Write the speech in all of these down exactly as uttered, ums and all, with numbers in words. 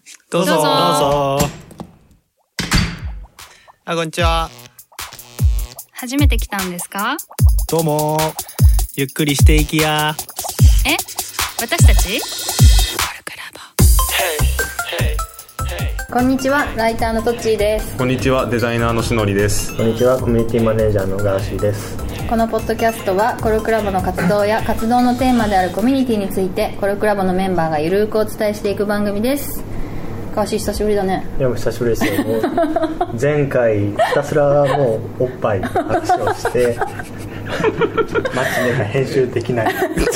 どうぞどうぞ。あ、こんにちは。 初めて来たんですか？ どうも。ゆっくりしていきや。 え、私たち？こんにちは、ライターのトッチーです。 こんにちは、デザイナーのしのりです。 こんにちは、コミュニティマネージャーのガーシーです。 このポッドキャストはコルクラボの活動や活動のテーマであるコミュニティについてコルクラボのメンバーがゆるーくお伝えしていく番組です。ガーシー久しぶりだね。 いやもう久しぶりですよ。もう前回ひたすらもうおっぱい握手をしてマチネが編集できない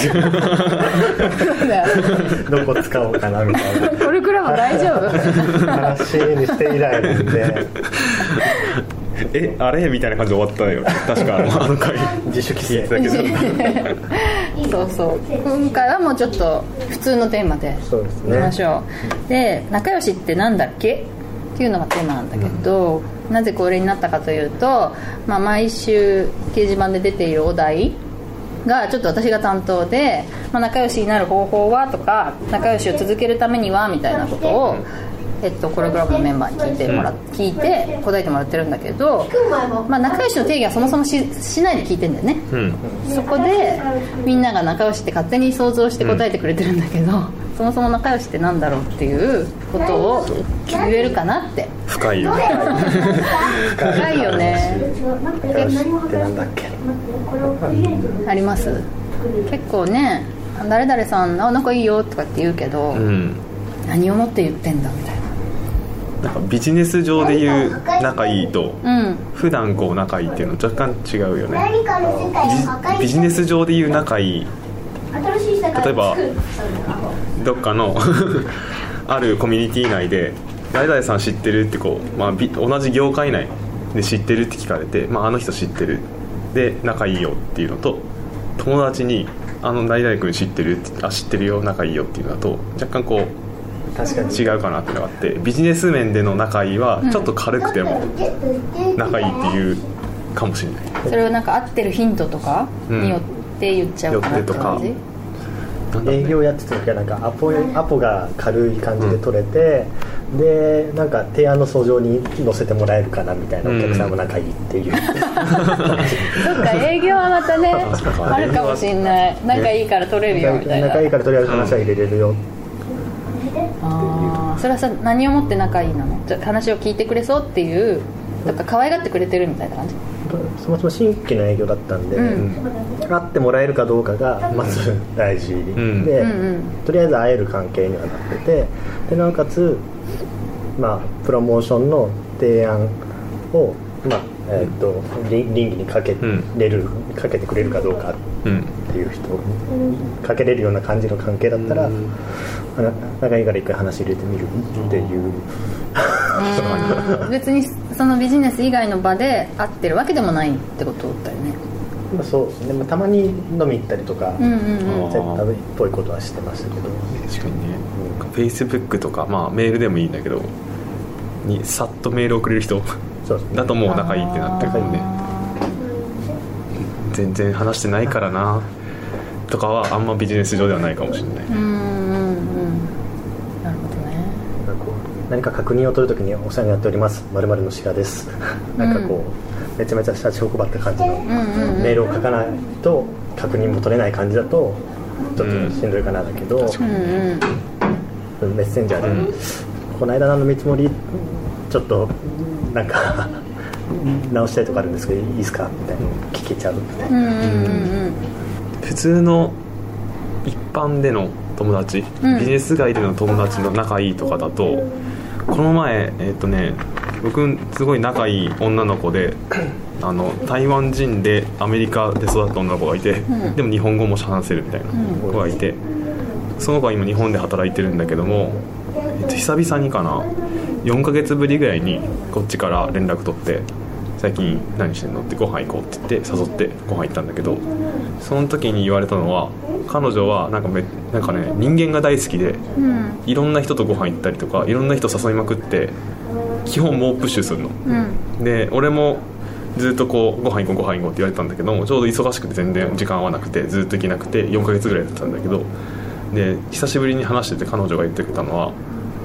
どこ使おうかなみたいなコルクラボ大丈夫話にして以来なんでえ、あれみたいな感じで終わったよ確かあの回自主規制だけどそうそう、今回はもうちょっと普通のテーマでいきましょう。で、仲良しってなんだっけっていうのがテーマなんだけど、うん、なぜこれになったかというと、まあ、毎週掲示板で出ているお題がちょっと私が担当で、まあ、仲良しになる方法はとか仲良しを続けるためにはみたいなことを、えっと、コルクラボのメンバーに聞いてもら、うん、聞いて答えてもらってるんだけど、まあ、仲良しの定義はそもそも し, しないで聞いてんだよね、うん、そこでみんなが仲良しって勝手に想像して答えてくれてるんだけど、うん、そもそも仲良しってなんだろうっていうことを言えるかなって。 深いよね深いよね。 仲良しってなんだっけあります。結構ね、誰々さんあ仲いいよとかって言うけど、うん、何をもって言ってんだみたいな。 なんかビジネス上で言う仲いいと、うん、普段こう仲いいっていうの若干違うよね。 ビ, ビジネス上で言う仲いい、例えばどっかのあるコミュニティ内で誰々さん知ってるってこう、まあ、同じ業界内で知ってるって聞かれて、まあ、あの人知ってるで仲いいよっていうのと、友達にあの誰々君知ってるって、あ知ってるよ仲いいよっていうのだと若干こう確かに違うかなっていうのがあって、ビジネス面での仲いいはちょっと軽くても仲いいっていうかもしれない、 うん、それはなんか合ってるヒントとかによって言っちゃうかなって感じ、 うん、営業やってた時はなんかアポ、アポが軽い感じで取れて、うん、でなんか提案の訴状に載せてもらえるかなみたいな、お客さんも仲いいっていう、うん、そっか、営業はまたねあるかもしれない。仲いいから取れるよみたいな、 仲いいからとりあえず話は入れれるよ、うん、 あ、それはさ何をもって仲いいなの？話を聞いてくれそうっていうとか可愛がってくれてるみたいな感じ。 そもそも新規の営業だったんで、うん、会ってもらえるかどうかがまず大事で、うんうんうん、とりあえず会える関係にはなってて、でなおかつ、まあ、プロモーションの提案を、まあえー、と倫理にかけれる、うん、かけてくれるかどうかっていう人、うん、かけれるような感じの関係だったら、うん、仲いいから一回話入れてみるっていう、うん別にそのビジネス以外の場で会ってるわけでもないってことだよね。 まあ、そうですね、まあ、たまに飲み行ったりとか、うんうんうん、絶対っぽいことはしてましたけど、 確かにね、うん、Facebook とか、まあ、メールでもいいんだけどにさっとメール送れる人だともう仲いいってなってるかもね。全然話してないからなとかはあんまビジネス上ではないかもしれない。うんうんうん、 なるほどね。 なんかこう何か確認を取るときにお世話になっております〇〇の白です、なんかこう、うん、めちゃめちゃシャチホコばった感じのメールを書かないと確認も取れない感じだとちょっとしんどいかなだけど、うんうん、メッセンジャーで、うん、この間の見積もりちょっとなんか直したいとかあるんですけどいいですかみたいな聞けちゃうみたいな、うんうんうん、 普通の一般での友達、うん、ビジネス街での友達の仲いいとかだと、この前えっとね僕すごい仲いい女の子であの台湾人でアメリカで育った女の子がいて、うん、でも日本語も話せるみたいな子がいて、その子は今日本で働いてるんだけども、えっと、久々にかなよんかげつぶりぐらいにこっちから連絡取って最近何してんのってご飯行こうって言って誘ってご飯行ったんだけど、その時に言われたのは彼女はなんかめなんかね人間が大好きで、うん、いろんな人とご飯行ったりとかいろんな人誘いまくって基本猛プッシュするの、うん、で俺もずっとこうご飯行こうご飯行こうって言われたんだけども、ちょうど忙しくて全然時間合わなくてずっと行けなくてよんかげつぐらいだったんだけど、で久しぶりに話してて彼女が言ってくれたのは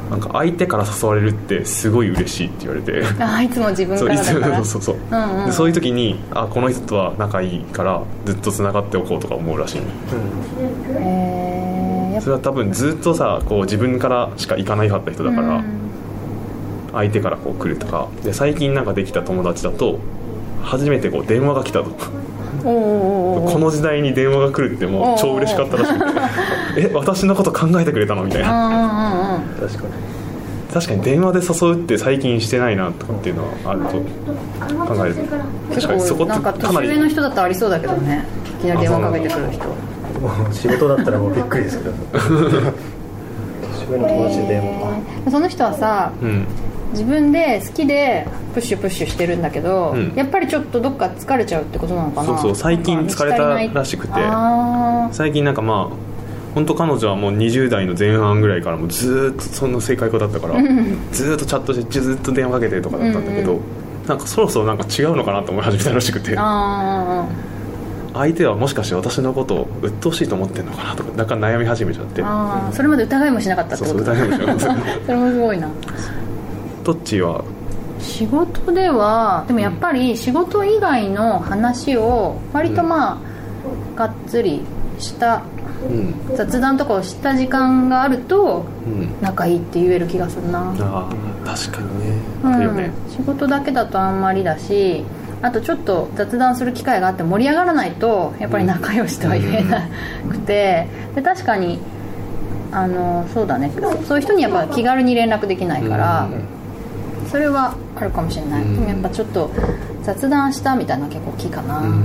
なんか相手から誘われるってすごい嬉しいって言われてあいつも自分からだからそうそうそう、うんうん、でそういう時にあこの人とは仲いいからずっとつながっておこうとか思うらしい、うん、へそれは多分ずっとさこう自分からしか行かないかった人だから、うん、相手からこう来るとかで最近なんかできた友達だと初めてこう電話が来たとこの時代に電話が来るってもう超嬉しかったらしくてえ私のこと考えてくれたのみたいな確かに確かに電話で誘うって最近してないなとかっていうのはあると考える確かにそこってなんか年上の人だったらありそうだけどねいきなり電話かけてくる人仕事だったらもうびっくりですけど年上の友達で電話、 えー、その人はさ、うん自分で好きでプッシュプッシュしてるんだけど、うん、やっぱりちょっとどっか疲れちゃうってことなのかな。 そうそう最近疲れたらしくて最近なんかまあ本当彼女はもうにじゅう代の前半ぐらいからもうずっとそんな正解子だったから、うん、ずっとチャットしてずっと電話かけてとかだったんだけど、うんうん、なんかそろそろなんか違うのかなと思い始めたらしくてあ相手はもしかして私のことを鬱陶しいと思ってるのかなとかなんか悩み始めちゃってあそれまで疑いもしなかったってことだ。 そうそう疑いもしなかったそれもすごいな。 どっちは仕事ではでもやっぱり仕事以外の話を割とまあ、うん、がっつりした雑談とかをした時間があると仲いいって言える気がするな、うん、 あ確かにね、 うん、ね仕事だけだとあんまりだしあとちょっと雑談する機会があって盛り上がらないとやっぱり仲良しとは言えなくてで確かにあのそうだねそういう人にやっぱ気軽に連絡できないから、うんそれはあるかもしれない、うん、でもやっぱちょっと雑談したみたいなのが結構大きいかな、うん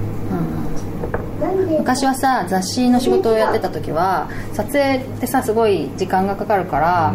うん、昔はさ雑誌の仕事をやってた時は撮影ってさすごい時間がかかるから、うん、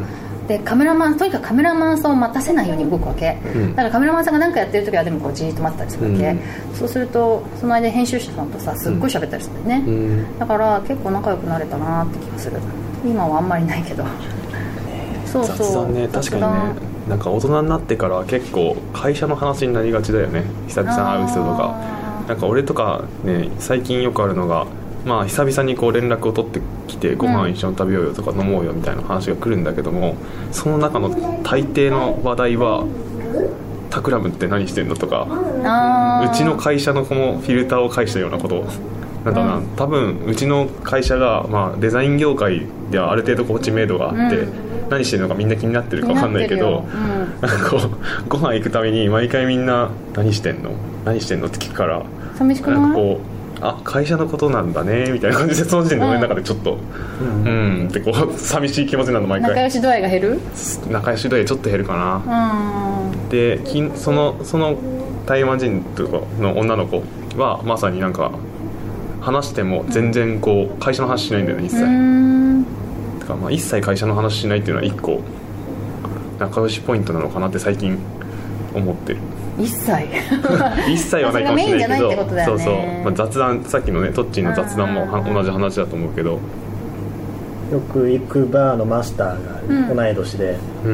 でカメラマンとにかくカメラマンさんを待たせないように動くわけ、うん、だからカメラマンさんが何かやってる時はでもこうじーっと待ったりするわけ、うん、そうするとその間編集者さんとさすっごい喋ったりするんだよね、うん、だから結構仲良くなれたなって気がする今はあんまりないけどそうそう雑談ね確かにねなんか大人になってから結構会社の話になりがちだよね久々に会う人とかなんか俺とかね最近よくあるのがまあ久々にこう連絡を取ってきてご飯一緒に食べようよとか飲もうよみたいな話が来るんだけどもその中の大抵の話題はタクラムって何してんのとかうちの会社のこのフィルターを介したようなことなんだな、うん、多分うちの会社が、まあ、デザイン業界ではある程度こう知名度があって、うん、何してるのかみんな気になってるか分かんないけど、うん、なんかこうご飯行くたびに毎回みんな何してんの何してんのって聞くから寂しくない？ なんかこうあ会社のことなんだねみたいな感じでその時点で俺の中でちょっとうん、うんってこう寂しい気持ちなの毎回仲良し度合いが減る？ 仲良し度合いちょっと減るかな、うん、でそのその台湾人とかの女の子はまさになんか話しても全然こう会社の話しないんだよね一切。だからまあ一切会社の話しないっていうのは一個仲良しポイントなのかなって最近思ってる。 一切一切はないかもしれないけど、 ね、 そうそう、まあ、雑談さっきのねトッチーの雑談も同じ話だと思うけどよく行くバーのマスターが同い年で、うん、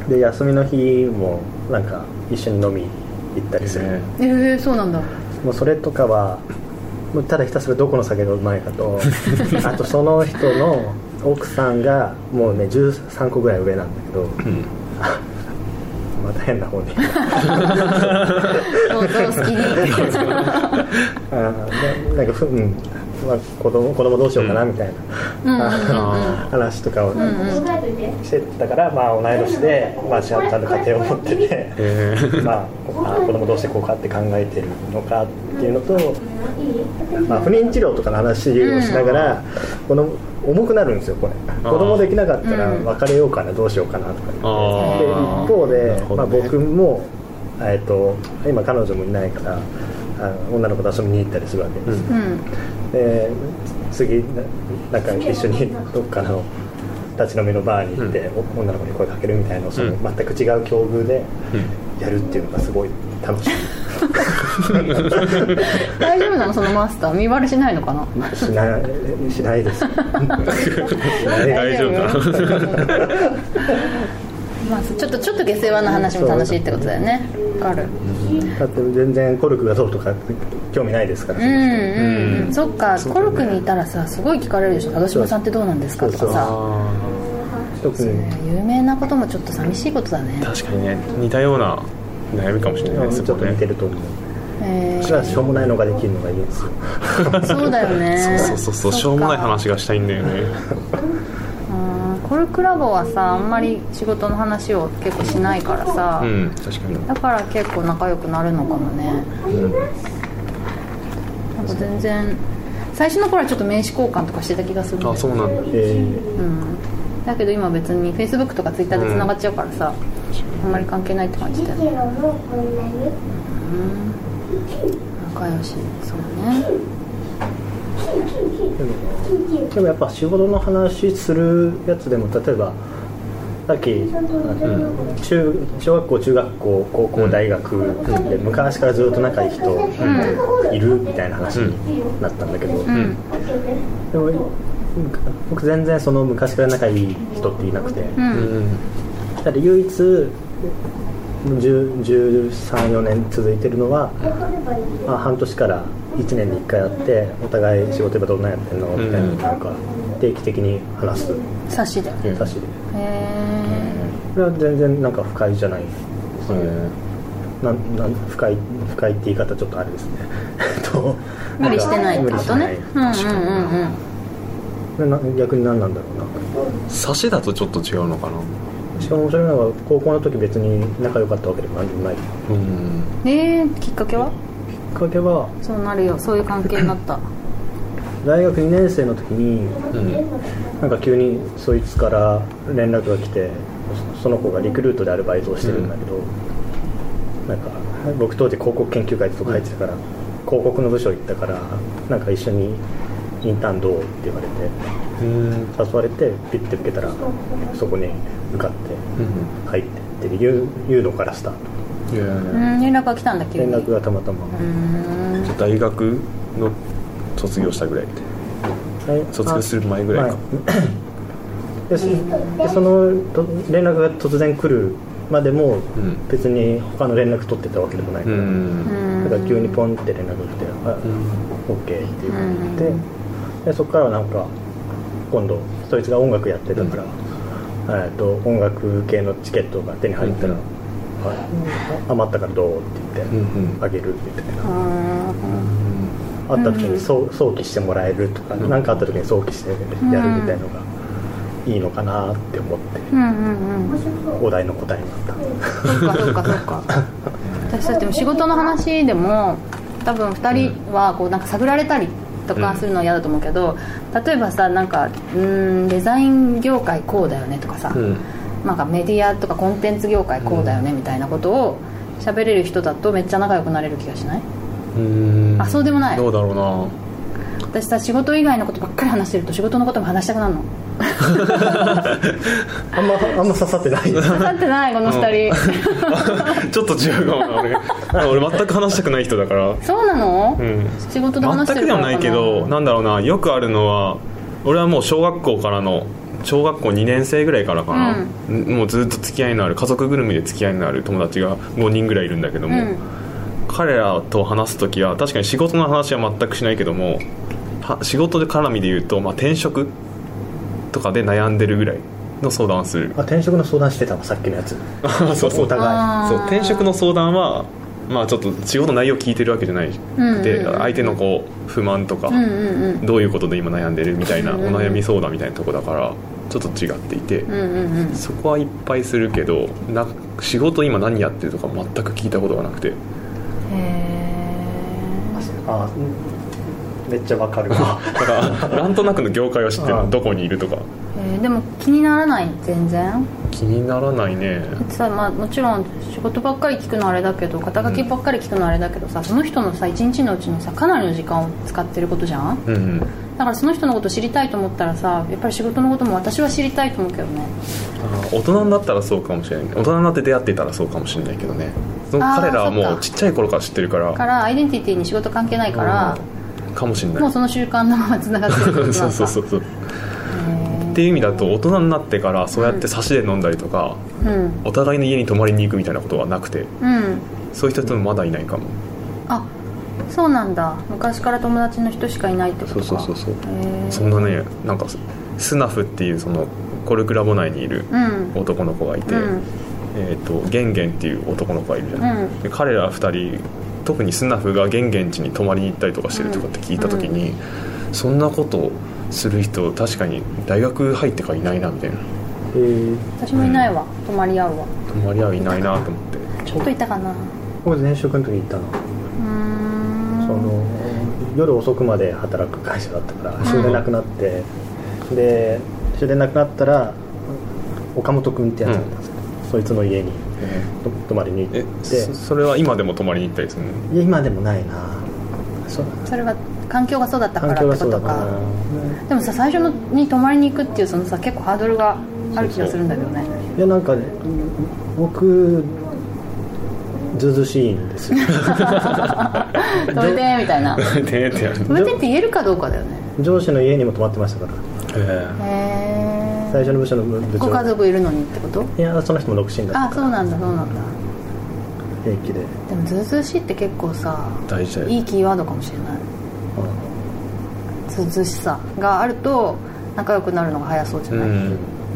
で休みの日もなんか一緒に飲み行ったりする。 えー、そうなんだ。 もうそれとかはもうただひたすらどこの酒がうまいかとあとその人の奥さんがもうねじゅうさんこぐらい上なんだけど、うんまた変な方に想像好きにあなんか、うんまあ、子供子供どうしようかなみたいな、うん、話とかをしてたから、まあ、同い年で、まあ、ちゃんと家庭を持ってて、まあ、子供どうしてこうかって考えてるのかっていうのと、まあ、不妊治療とかの話をしながら、うん、この重くなるんですよこれ。子供できなかったら別れようかな、どうしようかなとかで一方で、ねまあ、僕も、えー、と今彼女もいないからあの女の子と遊びに行ったりするわけです、うん、で次なんか一緒にどっかの立ち飲みのバーに行って、うん、女の子に声かけるみたいなのをその全く違う境遇でやるっていうのがすごい楽しい大丈夫なのそのマスター見割れしないのかな。 しないしないです大丈夫かなまあ、ちょっとちょっと下世話な話も楽しいってことだよね。あるだって全然コルクがどうとか興味ないですから。 うんうんうん、そっか、コルクにいたらさすごい聞かれるでしょ。鹿児島さんってどうなんですかとかさ。 特に有名なこともちょっと寂しいことだね。 確かにね、似たような悩みかもしれないですよね。 ちょっと似てると思う。 えー、 それはしょうもないのができるのがいいですよ。 そうだよね。 そうそうそう、しょうもない話がしたいんだよね。 うん、コルクラボはさ、あんまり仕事の話を結構しないからさ、 うん、確かに。 だから結構仲良くなるのかもね。うん、なんか全然最初の頃はちょっと名刺交換とかしてた気がするんだよ。 あ、そうなんだ。 えー、うん。だけど今別に Facebook とか Twitter でつながっちゃうからさ、うん、あんまり関係ないって感じだよね。うん、仲良し、そうね。 でも、でもやっぱ仕事の話するやつでも、例えばさっき、うん、中小学校、中学校、高校、大学で昔からずっと仲いい人、うん、いるみたいな話になったんだけど、うん、でも僕全然その昔から仲いい人っていなくて、うん、だって唯一じゅうさん、よねん続いてるのは、まあ、半年からいちねんにいっかい会ってお互い仕事今どんなやってんのみたいなのなんか定期的に話す。 差しで。 差しで。 へー。これは全然なんか不快じゃない。ななん不快不快って言い方ちょっとあれですね。 無理してないってことね。うんうんうんうん。逆に何なんだろうな。 差しだとちょっと違うのかな。 しかも面白いのは高校の時別に仲良かったわけでも何でもない。 うん。 えー、きっかけは？ きっかけはそうなるよ、そういう関係になった大学にねん生の時に、うん、なんか急にそいつから連絡が来て、その子がリクルートでアルバイトをしてるんだけど、うん、なんか僕当時広告研究会とか入ってたから、うん、広告の部署行ったからなんか一緒にインターンどうって言われて、うん、誘われてピッて受けたらそこに受かって入ってっていうのからスタート。 うん、連絡が来たんだっけ？ 連絡がたまたま。 うん、大学の卒業したぐらいで、卒業する前ぐらいか。 で, でその連絡が突然来るまでも別に他の連絡取ってたわけでもないから、うん、だから急にポンって連絡が来て、あ、うん、OK って言って、うん、でそこからはなんか今度そいつが音楽やってたから、うん、えっと音楽系のチケットが手に入ったら、うん、余ったからどうって言って、うんうん、あげるみたいな、うん、会った時に早期してもらえるとか、うん、何かあった時に早期してやるみたいなのがいいのかなって思って、うんうんうん、お題の答えになった。 そうかそうかそうか私たちも仕事の話でも多分ふたりはこうなんか探られたりとかするのは嫌だと思うけど、うん、例えばさ、なんかうーんデザイン業界こうだよねとかさ、うん、なんかメディアとかコンテンツ業界こうだよねみたいなことを喋れる人だとめっちゃ仲良くなれる気がしない？うーん、あ、そうでもない？ どうだろうな。 私さ、仕事以外のことばっかり話してると仕事のことも話したくなるの。 あんまあんま刺さってない。 刺さってないこのふたり、うん、 ちょっと違うかもな。俺俺全く話したくない人だから。 そうなの？うん、仕事で話してるからかな。全くではないけど、なんだろうな、よくあるのは俺はもう小学校からの小学校にねん生ぐらいからかな、うん、もうずっと付き合いのある家族ぐるみで付き合いのある友達がごにんぐらいいるんだけども、うん、彼らと話すときは確かに仕事の話は全くしないけども、仕事で絡みで言うと、まあ、転職とかで悩んでるぐらいの相談をする。 あ、転職の相談してたのさっきのやつ。 そうそう、 お互いそう、転職の相談はまあちょっと仕事内容聞いてるわけじゃない、うんうん、で相手のこう不満とか、うんうんうん、どういうことで今悩んでるみたいな、うんうん、お悩み相談みたいなとこだからちょっと違っていて、うんうんうん、そこはいっぱいするけどな、仕事今何やってるとか全く聞いたことがなくて。 へー、あ、めっちゃわかるわ。 だからなんとなくの業界は知ってるどこにいるとか。 えー、でも気にならない？全然気にならないね。 さ、まあ、もちろん仕事ばっかり聞くのあれだけど、肩書きばっかり聞くのあれだけどさ、うん、その人のさ一日のうちのさかなりの時間を使ってることじゃん、うんうん、だからその人のこと知りたいと思ったらさ、やっぱり仕事のことも私は知りたいと思うけどね。 あ、大人になったらそうかもしれない。大人になって出会っていたらそうかもしれないけどね。その彼らはもうちっちゃい頃から知ってるからからアイデンティティに仕事関係ないから、 うん、かもしれない。 もうその習慣のままつながってることそうそうそうそう。っていう意味だと大人になってからそうやって差しで飲んだりとか、うん、お互いの家に泊まりに行くみたいなことはなくて、うん、そういう人ともまだいないかも。 あ、そうなんだ。昔から友達の人しかいないってことか。 そうそうそうそう。そんなね、なんかスナフっていうそのコルクラボ内にいる男の子がいて、うんえー、とゲンゲンっていう男の子がいるじゃん、うん、で彼らふたり特にスナフがゲンゲン家に泊まりに行ったりとかしてるとかって聞いた時に、うん、そんなことする人確かに大学入ってからいないなみたいな。 へー私もいないわ、うん、泊まり合うわ。 泊まり合ういないなと思って。 ちょっといたかな。 僕前職の時に行ったの。うーんその夜遅くまで働く会社だったから終電なくなって、うん、で終電なくなったら岡本君ってやつなんですけど、うん、そいつの家に、うん、泊まりに行って。え そ, それは今でも泊まりに行ったりするの？ いや今でもないな。 そ, それは環境がそうだったからってことか。でもさ最初のに泊まりに行くっていうそのさ結構ハードルがある気がするんだけどね。 そうそういやなんかね僕ずうずうしいんですよ止めてみたいな止めてって言えるかどうかだよね。 上司の家にも泊まってましたから。へー最初の部署の部長ご家族いるのにってこと？ いやその人も独身だったから。 あそうなんだそうなんだ。 平気で。 でもずうずうしいって結構さ大事いいキーワードかもしれない。ずうずうしさがあると仲良くなるのが早そうじゃない？うん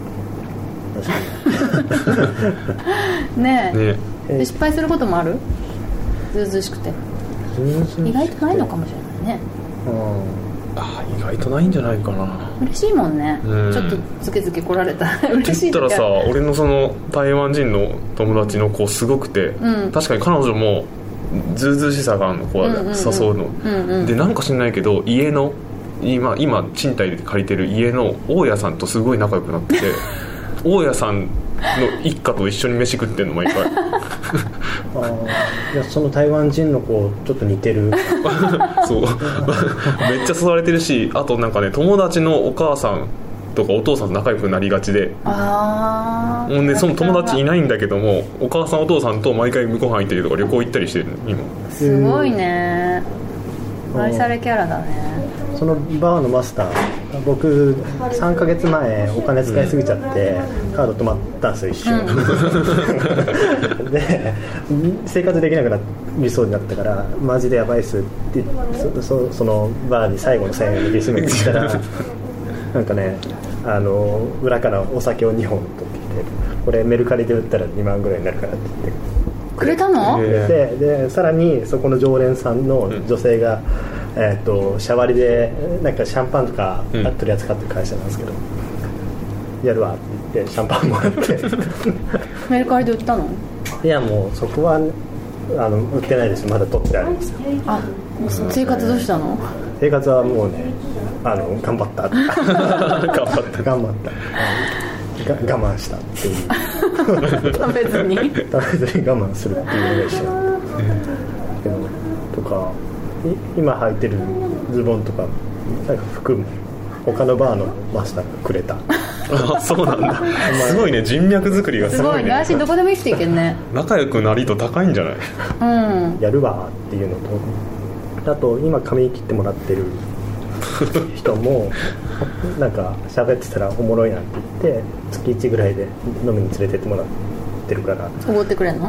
ねえ、ね、失敗することもある？ずうずうしくて意外とないのかもしれないね。 あ意外とないんじゃないかな。 嬉しいもんね、うん、ちょっとズケズケ来られたら嬉しい。 って言ったらさ俺のその台湾人の友達の子すごくて、うん、確かに彼女もずうずうしさがあるの子は誘うの、うんうん、でなんか知んないけど家の今, 今賃貸で借りてる家の大家さんとすごい仲良くなってて大家さんの一家と一緒に飯食ってんの毎回あいやその台湾人の子ちょっと似てるそうめっちゃ誘われてるし、あとなんかね友達のお母さんとかお父さんと仲良くなりがちで、あもうねその友達いないんだけどもお母さんお父さんと毎回ご飯行ったりとか旅行行ったりしてる今。 すごいね愛されキャラだね。 そのバーのマスター僕さんかげつまえお金使いすぎちゃって、うん、カード止まったんですよ一瞬、うん、で生活できなくなりそうになったからマジでやばいっすってそ, そ, そのバーに最後のせんえんで締めてきたらなんかねあの裏からお酒をにほん取ってきてこれメルカリで売ったらにまんぐらいになるからって言ってくれたの？ で, でさらにそこの常連さんの女性が、うんえー、とシャワリでなんかシャンパンとか取り扱ってる会社なんですけど、うん、やるわって言ってシャンパンもらってメルカリで売ったの？ いやもうそこはあの売ってないです。まだ取ってあるんですよ。 あ生活どうしたの？ 生活はもうねあの頑張った頑張った頑張った我慢したっていう食べずに食べずに我慢するっていうのが一緒けどとか今履いてるズボンとかなんか服も他のバーのマスターがくれたあそうなんだすごいね人脈作りがすごいね。 すごいね足どこでも生きていけんね仲良くなりと高いんじゃない？ うんやるわっていうのとあと今髪切ってもらってる人もなんか喋ってたらおもろいなって言って月いちぐらいで飲みに連れてってもらってるからおごってくれんの？うん、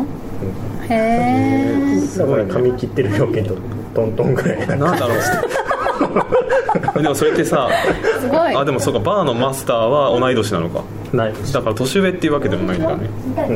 へーだから髪切ってる料金とトントンぐらいなんだろうでもそれってさすごいあでもそうかバーのマスターは同い年なのかないだから年上っていうわけでもないんだね、うん、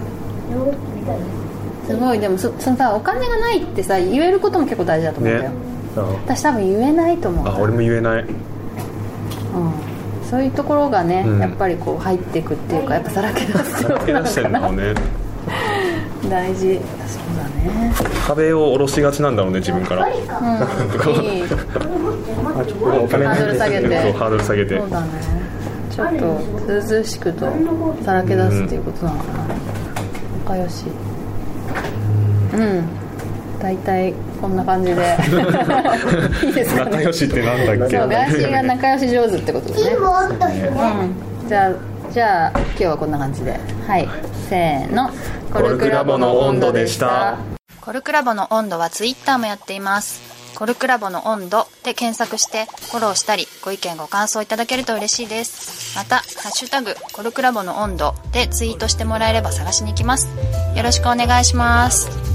すごいでも そ, そのさお金がないってさ言えることも結構大事だと思うんだよ、ね、私多分言えないと思う。 あ俺も言えない、うん、 そういうところがね、うん、やっぱりこう入っていくっていうかやっぱさらけ出すってわけなのかなね大事。そうだね壁を下ろしがちなんだろうね自分から、うん、いいハードル下げてそうハードル下げてそうだねちょっとずうずうしくとさらけ出すっていうことなのかな、うん、仲良しうん大体こんな感じでいいですかね。 仲良しってなんだっけ。 そうガーシーが仲良し上手ってことですね、うん、じゃあじゃあ今日はこんな感じではいせーのコルクラボの温度でした。 コルクラボの温度はツイッターもやっています。コルクラボの温度で検索してフォローしたりご意見ご感想いただけると嬉しいです。またハッシュタグコルクラボの温度でツイートしてもらえれば探しに行きます。よろしくお願いします。